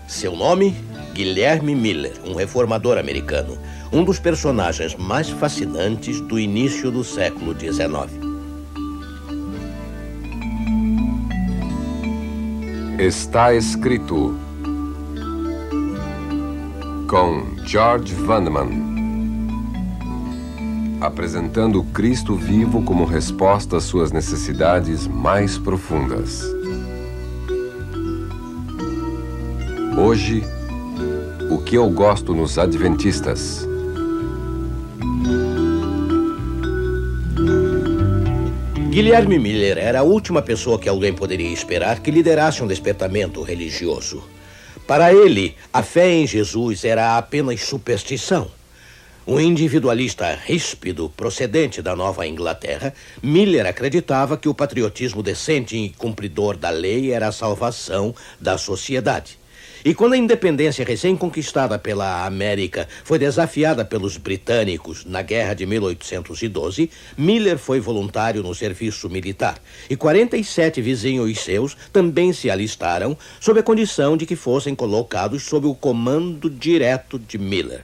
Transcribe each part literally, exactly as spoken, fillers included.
Seu nome? Guilherme Miller, um reformador americano. Um dos personagens mais fascinantes do início do século dezenove. Está escrito com George Vandeman, apresentando Cristo vivo como resposta às suas necessidades mais profundas. Hoje, o que eu gosto nos Adventistas. Guilherme Miller era a última pessoa que alguém poderia esperar que liderasse um despertamento religioso. Para ele, a fé em Jesus era apenas superstição. Um individualista ríspido, procedente da Nova Inglaterra, Miller acreditava que o patriotismo decente e cumpridor da lei era a salvação da sociedade. E quando a independência recém-conquistada pela América foi desafiada pelos britânicos na Guerra de mil oitocentos e doze, Miller foi voluntário no serviço militar. E quarenta e sete vizinhos seus também se alistaram sob a condição de que fossem colocados sob o comando direto de Miller.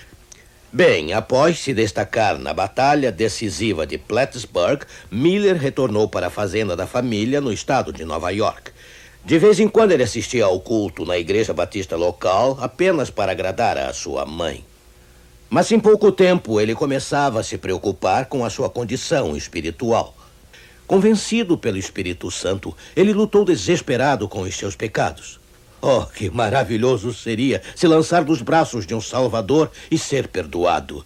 Bem, após se destacar na batalha decisiva de Plattsburgh, Miller retornou para a fazenda da família no estado de Nova York. De vez em quando ele assistia ao culto na igreja batista local apenas para agradar a sua mãe. Mas em pouco tempo ele começava a se preocupar com a sua condição espiritual. Convencido pelo Espírito Santo, ele lutou desesperado com os seus pecados. Oh, que maravilhoso seria se lançar dos braços de um Salvador e ser perdoado.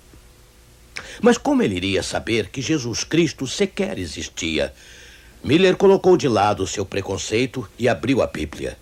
Mas como ele iria saber que Jesus Cristo sequer existia? Miller colocou de lado seu preconceito e abriu a Bíblia.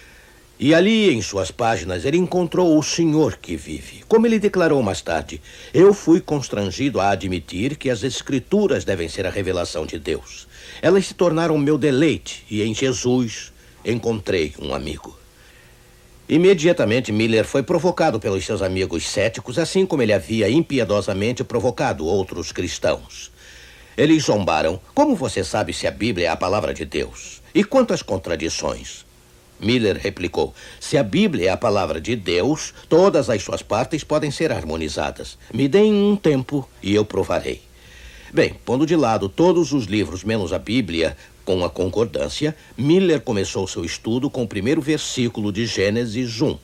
E ali, em suas páginas, ele encontrou o Senhor que vive. Como ele declarou mais tarde, eu fui constrangido a admitir que as Escrituras devem ser a revelação de Deus. Elas se tornaram meu deleite e em Jesus encontrei um amigo. Imediatamente, Miller foi provocado pelos seus amigos céticos, assim como ele havia impiedosamente provocado outros cristãos. Eles zombaram. Como você sabe se a Bíblia é a palavra de Deus? E quantas contradições? Miller replicou, se a Bíblia é a palavra de Deus, todas as suas partes podem ser harmonizadas. Me deem um tempo e eu provarei. Bem, pondo de lado todos os livros menos a Bíblia, com a concordância, Miller começou seu estudo com o primeiro versículo de Gênesis um.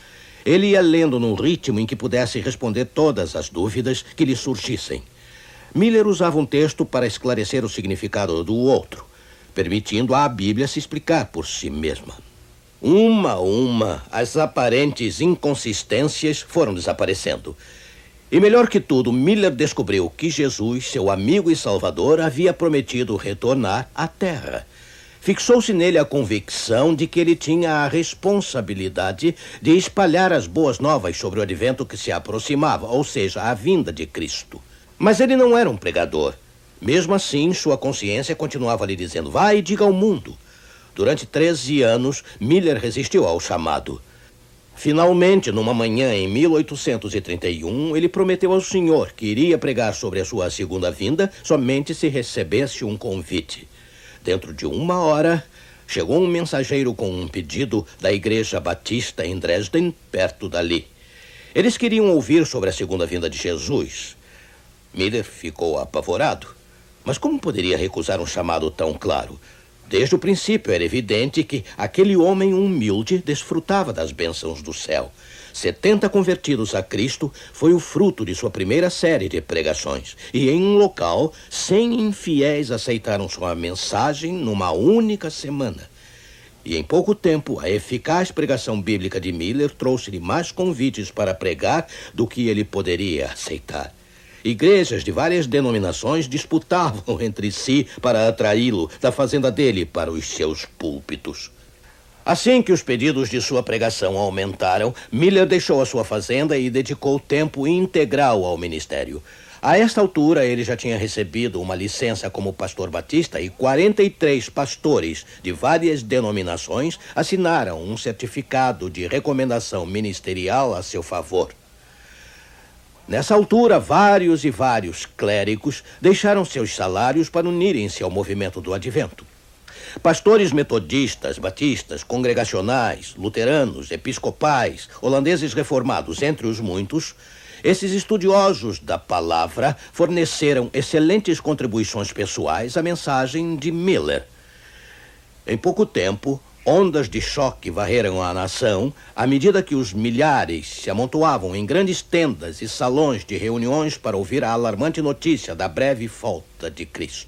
Ele ia lendo num ritmo em que pudesse responder todas as dúvidas que lhe surgissem. Miller usava um texto para esclarecer o significado do outro, permitindo à Bíblia se explicar por si mesma. Uma a uma, as aparentes inconsistências foram desaparecendo. E melhor que tudo, Miller descobriu que Jesus, seu amigo e salvador, havia prometido retornar à Terra. Fixou-se nele a convicção de que ele tinha a responsabilidade de espalhar as boas novas sobre o advento que se aproximava, ou seja, a vinda de Cristo. Mas ele não era um pregador. Mesmo assim, sua consciência continuava lhe dizendo, vai e diga ao mundo. Durante treze anos, Miller resistiu ao chamado. Finalmente, numa manhã em mil oitocentos e trinta e um, ele prometeu ao Senhor que iria pregar sobre a sua segunda vinda somente se recebesse um convite. Dentro de uma hora, chegou um mensageiro com um pedido da Igreja Batista em Dresden, perto dali. Eles queriam ouvir sobre a segunda vinda de Jesus. Miller ficou apavorado. Mas como poderia recusar um chamado tão claro? Desde o princípio era evidente que aquele homem humilde desfrutava das bênçãos do céu. Setenta convertidos a Cristo foi o fruto de sua primeira série de pregações. E em um local, cem infiéis aceitaram sua mensagem numa única semana. E em pouco tempo, a eficaz pregação bíblica de Miller trouxe-lhe mais convites para pregar do que ele poderia aceitar. Igrejas de várias denominações disputavam entre si para atraí-lo da fazenda dele para os seus púlpitos. Assim que os pedidos de sua pregação aumentaram, Miller deixou a sua fazenda e dedicou tempo integral ao ministério. A esta altura, ele já tinha recebido uma licença como pastor batista e quarenta e três pastores de várias denominações assinaram um certificado de recomendação ministerial a seu favor. Nessa altura, vários e vários clérigos deixaram seus salários para unirem-se ao movimento do advento. Pastores metodistas, batistas, congregacionais, luteranos, episcopais, holandeses reformados, entre os muitos, esses estudiosos da palavra forneceram excelentes contribuições pessoais à mensagem de Miller. Em pouco tempo, ondas de choque varreram a nação à medida que os milhares se amontoavam em grandes tendas e salões de reuniões para ouvir a alarmante notícia da breve volta de Cristo.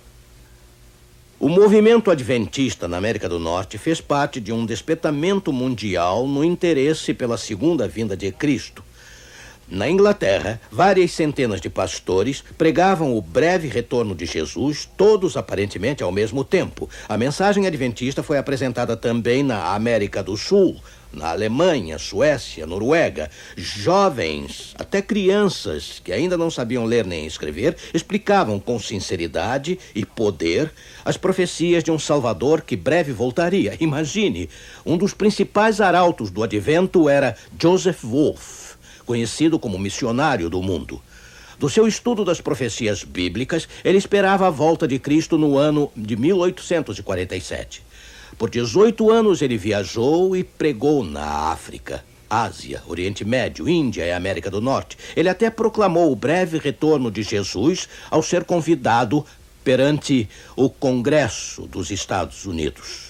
O movimento adventista na América do Norte fez parte de um despertamento mundial no interesse pela segunda vinda de Cristo. Na Inglaterra, várias centenas de pastores pregavam o breve retorno de Jesus, todos aparentemente ao mesmo tempo. A mensagem adventista foi apresentada também na América do Sul, na Alemanha, Suécia, Noruega. Jovens, até crianças, que ainda não sabiam ler nem escrever, explicavam com sinceridade e poder as profecias de um Salvador que breve voltaria. Imagine, um dos principais arautos do advento era Joseph Wolff, conhecido como missionário do mundo. Do seu estudo das profecias bíblicas, ele esperava a volta de Cristo no ano de mil oitocentos e quarenta e sete. Por dezoito anos ele viajou e pregou na África, Ásia, Oriente Médio, Índia e América do Norte. Ele até proclamou o breve retorno de Jesus ao ser convidado perante o Congresso dos Estados Unidos.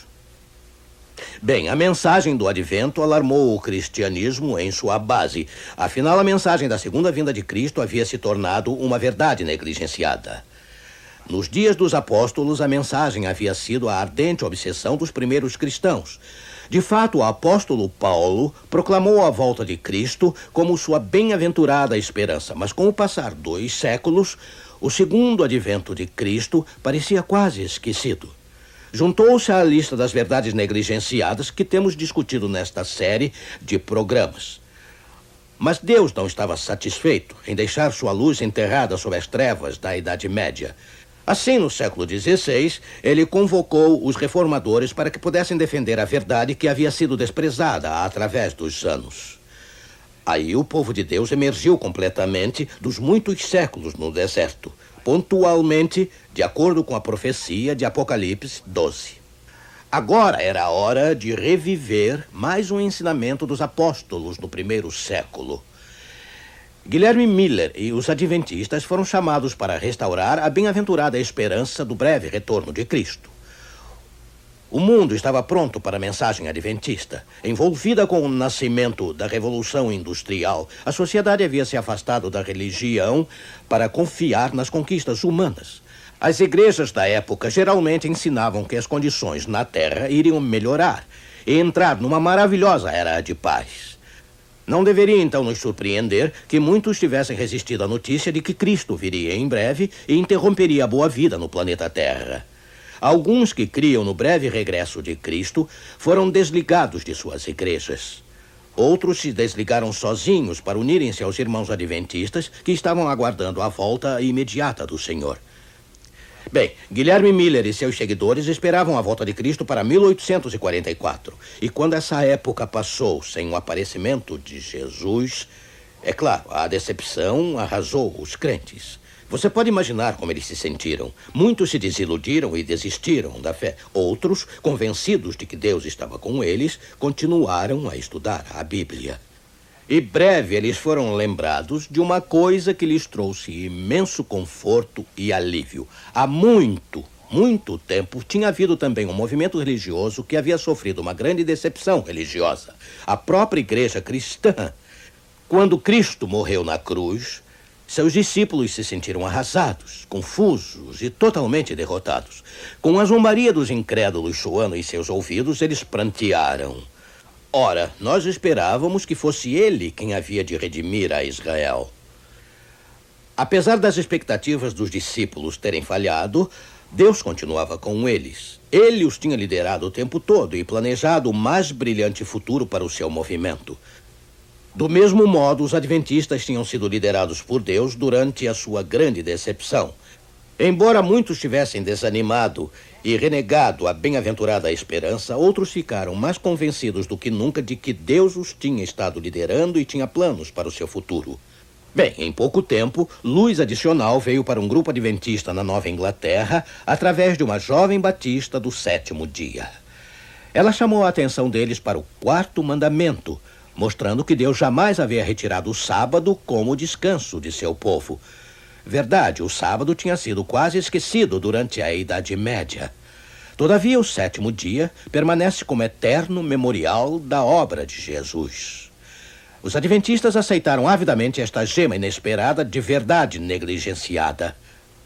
Bem, a mensagem do advento alarmou o cristianismo em sua base. Afinal, a mensagem da segunda vinda de Cristo havia se tornado uma verdade negligenciada. Nos dias dos apóstolos, a mensagem havia sido a ardente obsessão dos primeiros cristãos. De fato, o apóstolo Paulo proclamou a volta de Cristo como sua bem-aventurada esperança, mas com o passar dos séculos, o segundo advento de Cristo parecia quase esquecido. Juntou-se à lista das verdades negligenciadas que temos discutido nesta série de programas. Mas Deus não estava satisfeito em deixar sua luz enterrada sob as trevas da Idade Média. Assim, no século dezesseis, ele convocou os reformadores para que pudessem defender a verdade que havia sido desprezada através dos anos. Aí o povo de Deus emergiu completamente dos muitos séculos no deserto, pontualmente de acordo com a profecia de Apocalipse doze. Agora era a hora de reviver mais um ensinamento dos apóstolos no primeiro século. Guilherme Miller e os adventistas foram chamados para restaurar a bem-aventurada esperança do breve retorno de Cristo. O mundo estava pronto para a mensagem adventista. Envolvida com o nascimento da Revolução Industrial, a sociedade havia se afastado da religião para confiar nas conquistas humanas. As igrejas da época geralmente ensinavam que as condições na Terra iriam melhorar e entrar numa maravilhosa era de paz. Não deveria então nos surpreender que muitos tivessem resistido à notícia de que Cristo viria em breve e interromperia a boa vida no planeta Terra. Alguns que criam no breve regresso de Cristo foram desligados de suas igrejas. Outros se desligaram sozinhos para unirem-se aos irmãos adventistas que estavam aguardando a volta imediata do Senhor. Bem, Guilherme Miller e seus seguidores esperavam a volta de Cristo para mil oitocentos e quarenta e quatro. E quando essa época passou sem o aparecimento de Jesus, é claro, a decepção arrasou os crentes. Você pode imaginar como eles se sentiram. Muitos se desiludiram e desistiram da fé. Outros, convencidos de que Deus estava com eles, continuaram a estudar a Bíblia. E breve eles foram lembrados de uma coisa que lhes trouxe imenso conforto e alívio. Há muito, muito tempo tinha havido também um movimento religioso que havia sofrido uma grande decepção religiosa. A própria igreja cristã. Quando Cristo morreu na cruz, seus discípulos se sentiram arrasados, confusos e totalmente derrotados. Com a zombaria dos incrédulos soando em seus ouvidos, eles prantearam. Ora, nós esperávamos que fosse ele quem havia de redimir a Israel. Apesar das expectativas dos discípulos terem falhado, Deus continuava com eles. Ele os tinha liderado o tempo todo e planejado o mais brilhante futuro para o seu movimento. Do mesmo modo, os adventistas tinham sido liderados por Deus durante a sua grande decepção. Embora muitos tivessem desanimado e renegado a bem-aventurada esperança, outros ficaram mais convencidos do que nunca de que Deus os tinha estado liderando e tinha planos para o seu futuro. Bem, em pouco tempo, luz adicional veio para um grupo adventista na Nova Inglaterra através de uma jovem batista do sétimo dia. Ela chamou a atenção deles para o quarto mandamento, mostrando que Deus jamais havia retirado o sábado como descanso de seu povo. Verdade, o sábado tinha sido quase esquecido durante a Idade Média. Todavia, o sétimo dia permanece como eterno memorial da obra de Jesus. Os adventistas aceitaram avidamente esta gema inesperada de verdade negligenciada.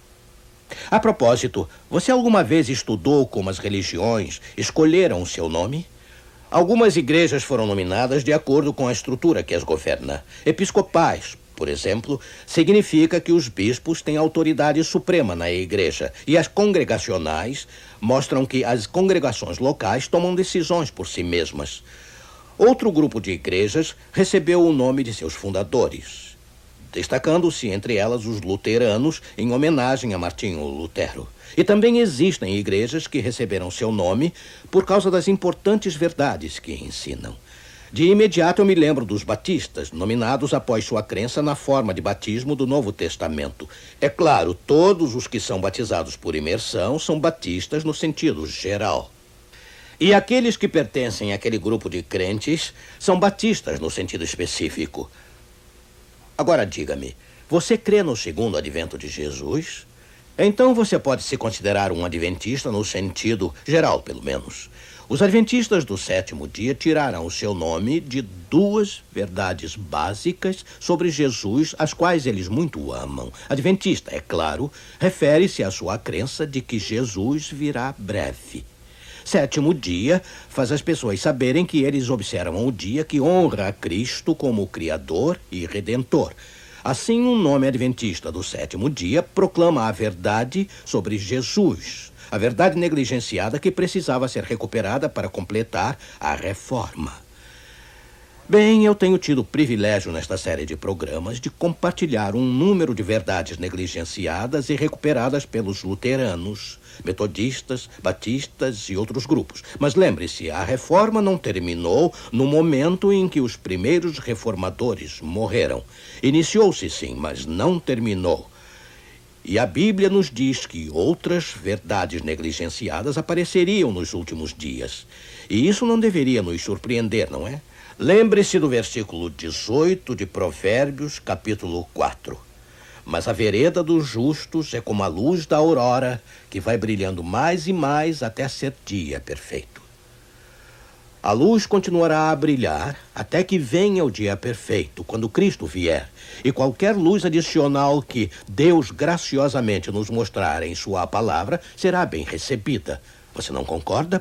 A propósito, você alguma vez estudou como as religiões escolheram o seu nome? Algumas igrejas foram nominadas de acordo com a estrutura que as governa. Episcopais, por exemplo, significa que os bispos têm autoridade suprema na igreja, e as congregacionais mostram que as congregações locais tomam decisões por si mesmas. Outro grupo de igrejas recebeu o nome de seus fundadores, destacando-se entre elas os luteranos, em homenagem a Martinho Lutero. E também existem igrejas que receberam seu nome por causa das importantes verdades que ensinam. De imediato eu me lembro dos batistas, nominados após sua crença na forma de batismo do Novo Testamento. É claro, todos os que são batizados por imersão são batistas no sentido geral. E aqueles que pertencem àquele grupo de crentes são batistas no sentido específico. Agora diga-me, você crê no segundo advento de Jesus? Então você pode se considerar um adventista no sentido geral, pelo menos. Os adventistas do sétimo dia tiraram o seu nome de duas verdades básicas sobre Jesus, as quais eles muito amam. Adventista, é claro, refere-se à sua crença de que Jesus virá breve. Sétimo dia faz as pessoas saberem que eles observam o dia que honra a Cristo como Criador e Redentor. Assim, um nome adventista do sétimo dia proclama a verdade sobre Jesus, a verdade negligenciada que precisava ser recuperada para completar a reforma. Bem, eu tenho tido o privilégio nesta série de programas de compartilhar um número de verdades negligenciadas e recuperadas pelos luteranos, metodistas, batistas e outros grupos. Mas lembre-se, a reforma não terminou no momento em que os primeiros reformadores morreram. Iniciou-se sim, mas não terminou. E a Bíblia nos diz que outras verdades negligenciadas apareceriam nos últimos dias. E isso não deveria nos surpreender, não é? Lembre-se do versículo dezoito de Provérbios, capítulo quatro. Mas a vereda dos justos é como a luz da aurora, que vai brilhando mais e mais até ser dia perfeito. A luz continuará a brilhar até que venha o dia perfeito, quando Cristo vier. E qualquer luz adicional que Deus graciosamente nos mostrar em sua palavra será bem recebida. Você não concorda?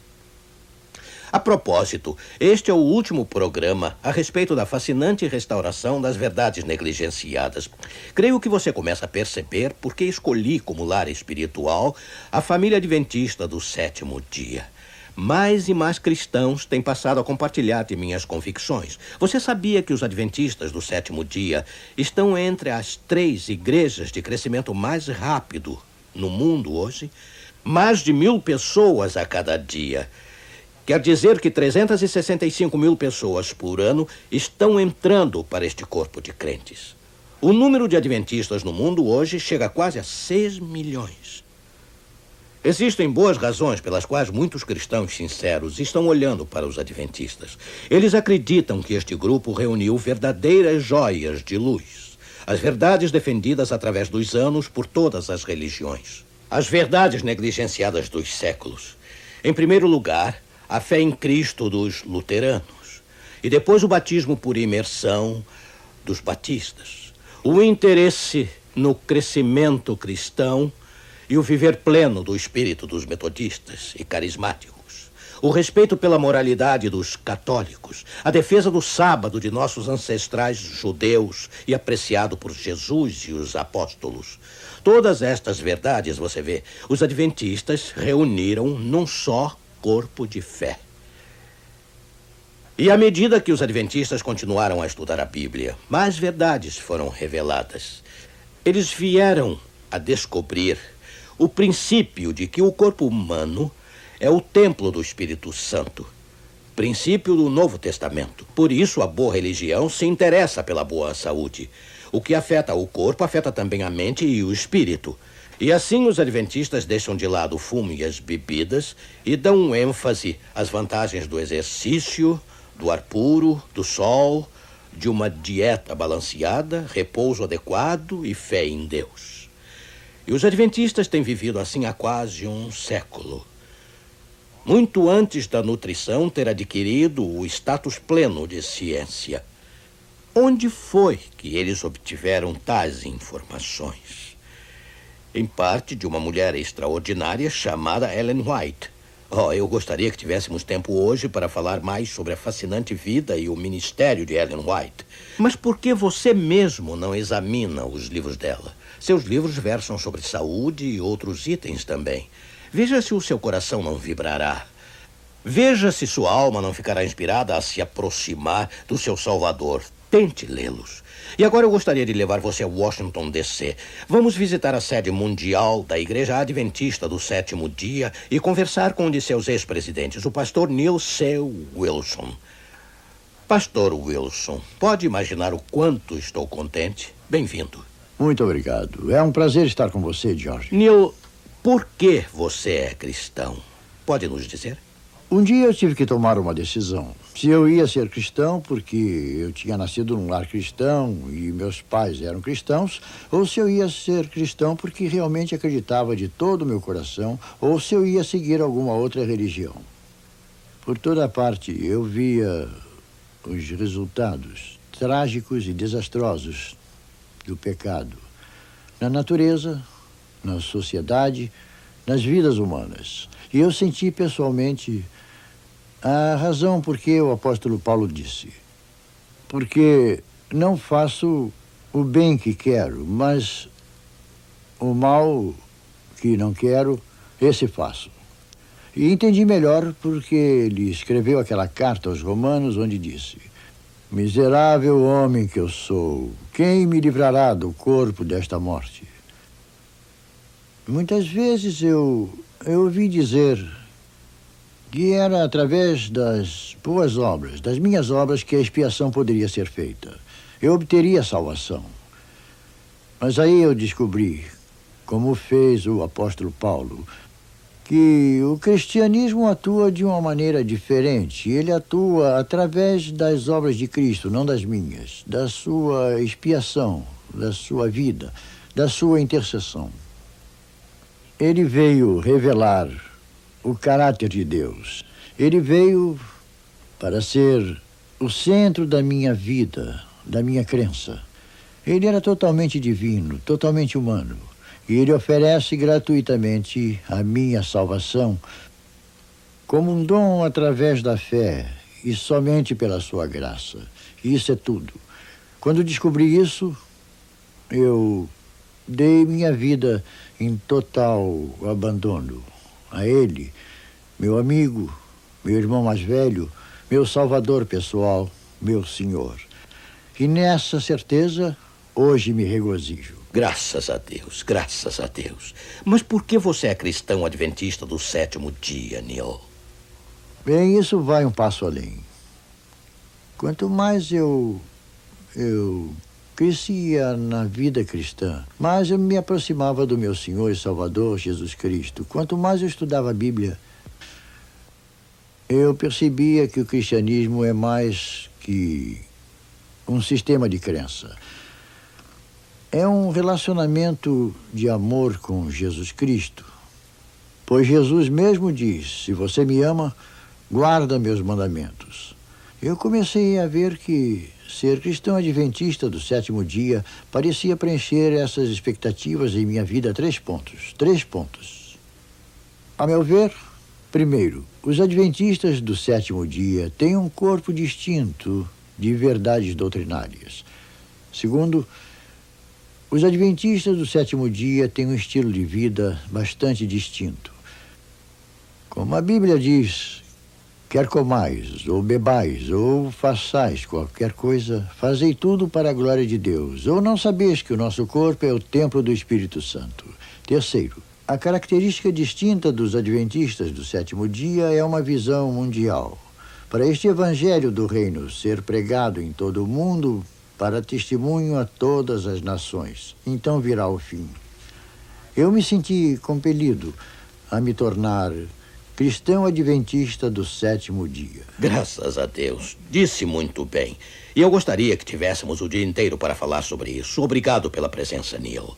A propósito, este é o último programa a respeito da fascinante restauração das verdades negligenciadas. Creio que você começa a perceber por que escolhi como lar espiritual a família adventista do sétimo dia. Mais e mais cristãos têm passado a compartilhar de minhas convicções. Você sabia que os adventistas do sétimo dia estão entre as três igrejas de crescimento mais rápido no mundo hoje? Mais de mil pessoas a cada dia. Quer dizer que trezentas e sessenta e cinco mil pessoas por ano estão entrando para este corpo de crentes. O número de adventistas no mundo hoje chega quase a seis milhões. Existem boas razões pelas quais muitos cristãos sinceros estão olhando para os adventistas. Eles acreditam que este grupo reuniu verdadeiras joias de luz, as verdades defendidas através dos anos por todas as religiões. As verdades negligenciadas dos séculos. Em primeiro lugar, a fé em Cristo dos luteranos, e depois o batismo por imersão dos batistas. O interesse no crescimento cristão e o viver pleno do espírito dos metodistas e carismáticos. O respeito pela moralidade dos católicos, a defesa do sábado de nossos ancestrais judeus e apreciado por Jesus e os apóstolos. Todas estas verdades, você vê, os adventistas reuniram num só corpo de fé. E à medida que os adventistas continuaram a estudar a Bíblia, mais verdades foram reveladas. Eles vieram a descobrir o princípio de que o corpo humano é o templo do Espírito Santo, princípio do Novo Testamento. Por isso, a boa religião se interessa pela boa saúde. O que afeta o corpo afeta também a mente e o espírito. E assim os adventistas deixam de lado o fumo e as bebidas e dão ênfase às vantagens do exercício, do ar puro, do sol, de uma dieta balanceada, repouso adequado e fé em Deus. E os adventistas têm vivido assim há quase um século. Muito antes da nutrição ter adquirido o status pleno de ciência. Onde foi que eles obtiveram tais informações? Em parte de uma mulher extraordinária chamada Ellen White. Oh, eu gostaria que tivéssemos tempo hoje para falar mais sobre a fascinante vida e o ministério de Ellen White. Mas por que você mesmo não examina os livros dela? Seus livros versam sobre saúde e outros itens também. Veja se o seu coração não vibrará. Veja se sua alma não ficará inspirada a se aproximar do seu Salvador. Tente lê-los. E agora eu gostaria de levar você a Washington, D C Vamos visitar a sede mundial da Igreja Adventista do Sétimo Dia e conversar com um de seus ex-presidentes, o pastor Neil C. Wilson. Pastor Wilson, pode imaginar o quanto estou contente? Bem-vindo. Muito obrigado. É um prazer estar com você, George. Neil, por que você é cristão? Pode nos dizer? Um dia eu tive que tomar uma decisão. Se eu ia ser cristão porque eu tinha nascido num lar cristão e meus pais eram cristãos, ou se eu ia ser cristão porque realmente acreditava de todo o meu coração, ou se eu ia seguir alguma outra religião. Por toda parte eu via os resultados trágicos e desastrosos do pecado na natureza, na sociedade, nas vidas humanas. E eu senti pessoalmente a razão por que o apóstolo Paulo disse: porque não faço o bem que quero, mas o mal que não quero, esse faço. E entendi melhor porque ele escreveu aquela carta aos Romanos onde disse: miserável homem que eu sou, quem me livrará do corpo desta morte? Muitas vezes eu, eu ouvi dizer que era através das boas obras, das minhas obras, que a expiação poderia ser feita. Eu obteria a salvação. Mas aí eu descobri, como fez o apóstolo Paulo, que o cristianismo atua de uma maneira diferente. Ele atua através das obras de Cristo, não das minhas, da sua expiação, da sua vida, da sua intercessão. Ele veio revelar o caráter de Deus. Ele veio para ser o centro da minha vida, da minha crença. Ele era totalmente divino, totalmente humano. E ele oferece gratuitamente a minha salvação como um dom através da fé e somente pela sua graça. E isso é tudo. Quando descobri isso, eu dei minha vida em total abandono a ele, meu amigo, meu irmão mais velho, meu salvador pessoal, meu Senhor. E nessa certeza, hoje me regozijo. Graças a Deus, graças a Deus. Mas por que você é cristão adventista do sétimo dia, Neil? Bem, isso vai um passo além. Quanto mais eu, eu crescia na vida cristã, mais eu me aproximava do meu Senhor e Salvador, Jesus Cristo. Quanto mais eu estudava a Bíblia, eu percebia que o cristianismo é mais que um sistema de crença. É um relacionamento de amor com Jesus Cristo. Pois Jesus mesmo diz: se você me ama, guarda meus mandamentos. Eu comecei a ver que ser cristão adventista do sétimo dia parecia preencher essas expectativas em minha vida a três pontos. Três pontos. A meu ver, primeiro, os adventistas do sétimo dia têm um corpo distinto de verdades doutrinárias. Segundo, os adventistas do sétimo dia têm um estilo de vida bastante distinto. Como a Bíblia diz: quer comais, ou bebais, ou façais qualquer coisa, fazei tudo para a glória de Deus. Ou não sabeis que o nosso corpo é o templo do Espírito Santo. Terceiro, a característica distinta dos adventistas do sétimo dia é uma visão mundial. Para este evangelho do reino ser pregado em todo o mundo, para testemunho a todas as nações. Então virá o fim. Eu me senti compelido a me tornar cristão adventista do sétimo dia. Graças a Deus. Disse muito bem. E eu gostaria que tivéssemos o dia inteiro para falar sobre isso. Obrigado pela presença, Neil.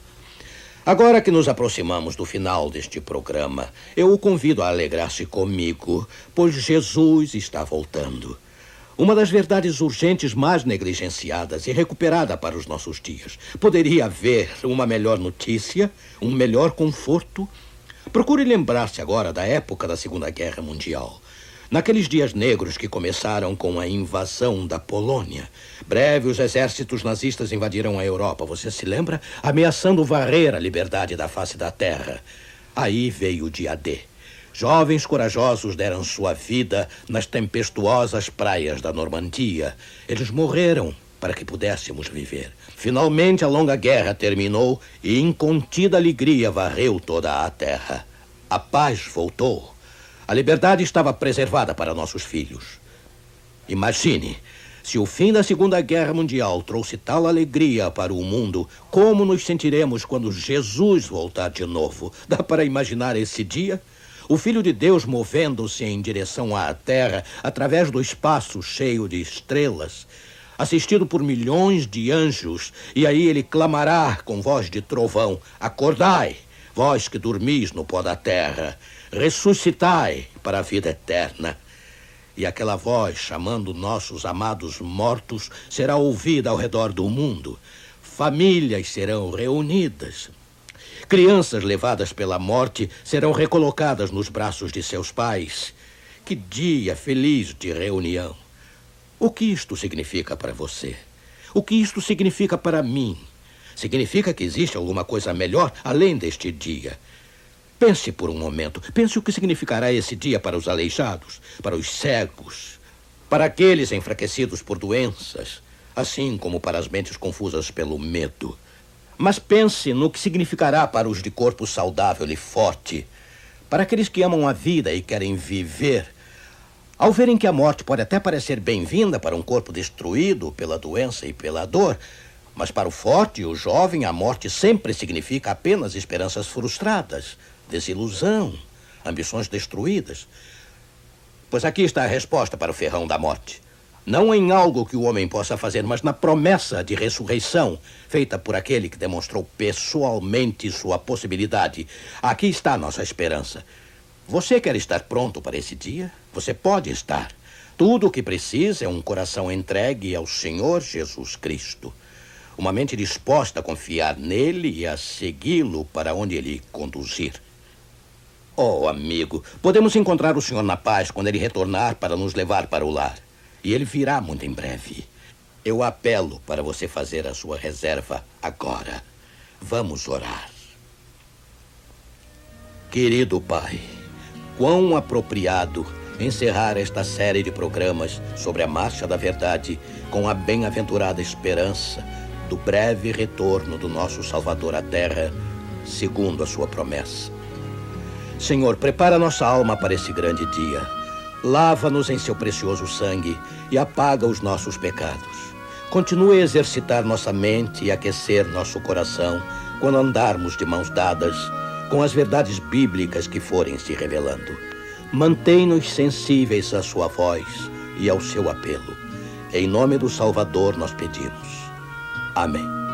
Agora que nos aproximamos do final deste programa, eu o convido a alegrar-se comigo, pois Jesus está voltando. Uma das verdades urgentes mais negligenciadas e recuperada para os nossos dias. Poderia haver uma melhor notícia, um melhor conforto? Procure lembrar-se agora da época da Segunda Guerra Mundial. Naqueles dias negros que começaram com a invasão da Polônia. Breve, os exércitos nazistas invadiram a Europa, você se lembra? Ameaçando varrer a liberdade da face da terra. Aí veio o dia D. Jovens corajosos deram sua vida nas tempestuosas praias da Normandia. Eles morreram para que pudéssemos viver. Finalmente, a longa guerra terminou e incontida alegria varreu toda a terra. A paz voltou. A liberdade estava preservada para nossos filhos. Imagine, se o fim da Segunda Guerra Mundial trouxe tal alegria para o mundo, como nos sentiremos quando Jesus voltar de novo? Dá para imaginar esse dia? O Filho de Deus movendo-se em direção à terra através do espaço cheio de estrelas, assistido por milhões de anjos, e aí ele clamará com voz de trovão: acordai, vós que dormis no pó da terra, ressuscitai para a vida eterna. E aquela voz chamando nossos amados mortos será ouvida ao redor do mundo. Famílias serão reunidas. Crianças levadas pela morte serão recolocadas nos braços de seus pais. Que dia feliz de reunião! O que isto significa para você? O que isto significa para mim? Significa que existe alguma coisa melhor além deste dia. Pense por um momento. Pense o que significará esse dia para os aleijados, para os cegos, para aqueles enfraquecidos por doenças, assim como para as mentes confusas pelo medo. Mas pense no que significará para os de corpo saudável e forte, para aqueles que amam a vida e querem viver. Ao verem que a morte pode até parecer bem-vinda para um corpo destruído pela doença e pela dor, mas para o forte e o jovem a morte sempre significa apenas esperanças frustradas, desilusão, ambições destruídas. Pois aqui está a resposta para o ferrão da morte. Não em algo que o homem possa fazer, mas na promessa de ressurreição, feita por aquele que demonstrou pessoalmente sua possibilidade. Aqui está a nossa esperança. Você quer estar pronto para esse dia? Você pode estar. Tudo o que precisa é um coração entregue ao Senhor Jesus Cristo. Uma mente disposta a confiar nele e a segui-lo para onde ele conduzir. Oh, amigo, podemos encontrar o Senhor na paz quando ele retornar para nos levar para o lar. E ele virá muito em breve. Eu apelo para você fazer a sua reserva agora. Vamos orar. Querido Pai, quão apropriado encerrar esta série de programas sobre a marcha da verdade com a bem-aventurada esperança do breve retorno do nosso Salvador à Terra, segundo a sua promessa. Senhor, prepara nossa alma para esse grande dia. Lava-nos em seu precioso sangue e apaga os nossos pecados. Continue a exercitar nossa mente e aquecer nosso coração quando andarmos de mãos dadas com as verdades bíblicas que forem se revelando. Mantém-nos sensíveis à sua voz e ao seu apelo. Em nome do Salvador nós pedimos. Amém.